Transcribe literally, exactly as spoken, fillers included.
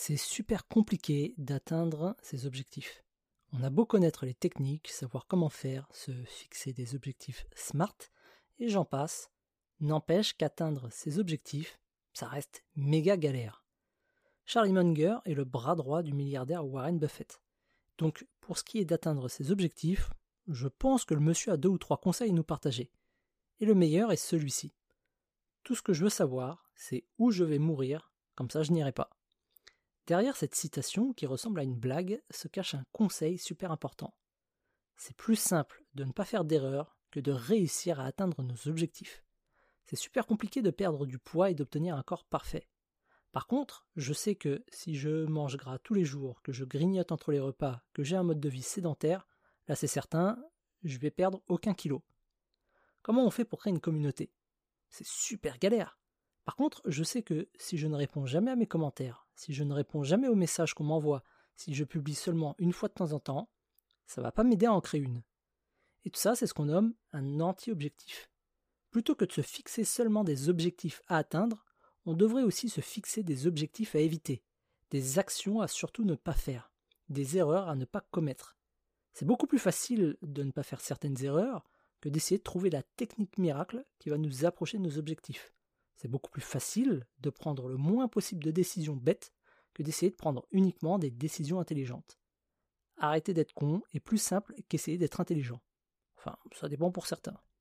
C'est super compliqué d'atteindre ses objectifs. On a beau connaître les techniques, savoir comment faire, se fixer des objectifs SMART, et j'en passe, n'empêche qu'atteindre ses objectifs, ça reste méga galère. Charlie Munger est le bras droit du milliardaire Warren Buffett. Donc, pour ce qui est d'atteindre ses objectifs, je pense que le monsieur a deux ou trois conseils à nous partager. Et le meilleur est celui-ci. Tout ce que je veux savoir, c'est où je vais mourir, comme ça je n'irai pas. Derrière cette citation, qui ressemble à une blague, se cache un conseil super important. C'est plus simple de ne pas faire d'erreur que de réussir à atteindre nos objectifs. C'est super compliqué de perdre du poids et d'obtenir un corps parfait. Par contre, je sais que si je mange gras tous les jours, que je grignote entre les repas, que j'ai un mode de vie sédentaire, là c'est certain, je vais perdre aucun kilo. Comment on fait pour créer une communauté ? C'est super galère. Par contre, je sais que si je ne réponds jamais à mes commentaires, si je ne réponds jamais aux messages qu'on m'envoie, si je publie seulement une fois de temps en temps, ça va pas m'aider à en créer une. Et tout ça, c'est ce qu'on nomme un anti-objectif. Plutôt que de se fixer seulement des objectifs à atteindre, on devrait aussi se fixer des objectifs à éviter, des actions à surtout ne pas faire, des erreurs à ne pas commettre. C'est beaucoup plus facile de ne pas faire certaines erreurs que d'essayer de trouver la technique miracle qui va nous approcher de nos objectifs. C'est beaucoup plus facile de prendre le moins possible de décisions bêtes que d'essayer de prendre uniquement des décisions intelligentes. Arrêter d'être con est plus simple qu'essayer d'être intelligent. Enfin, ça dépend pour certains.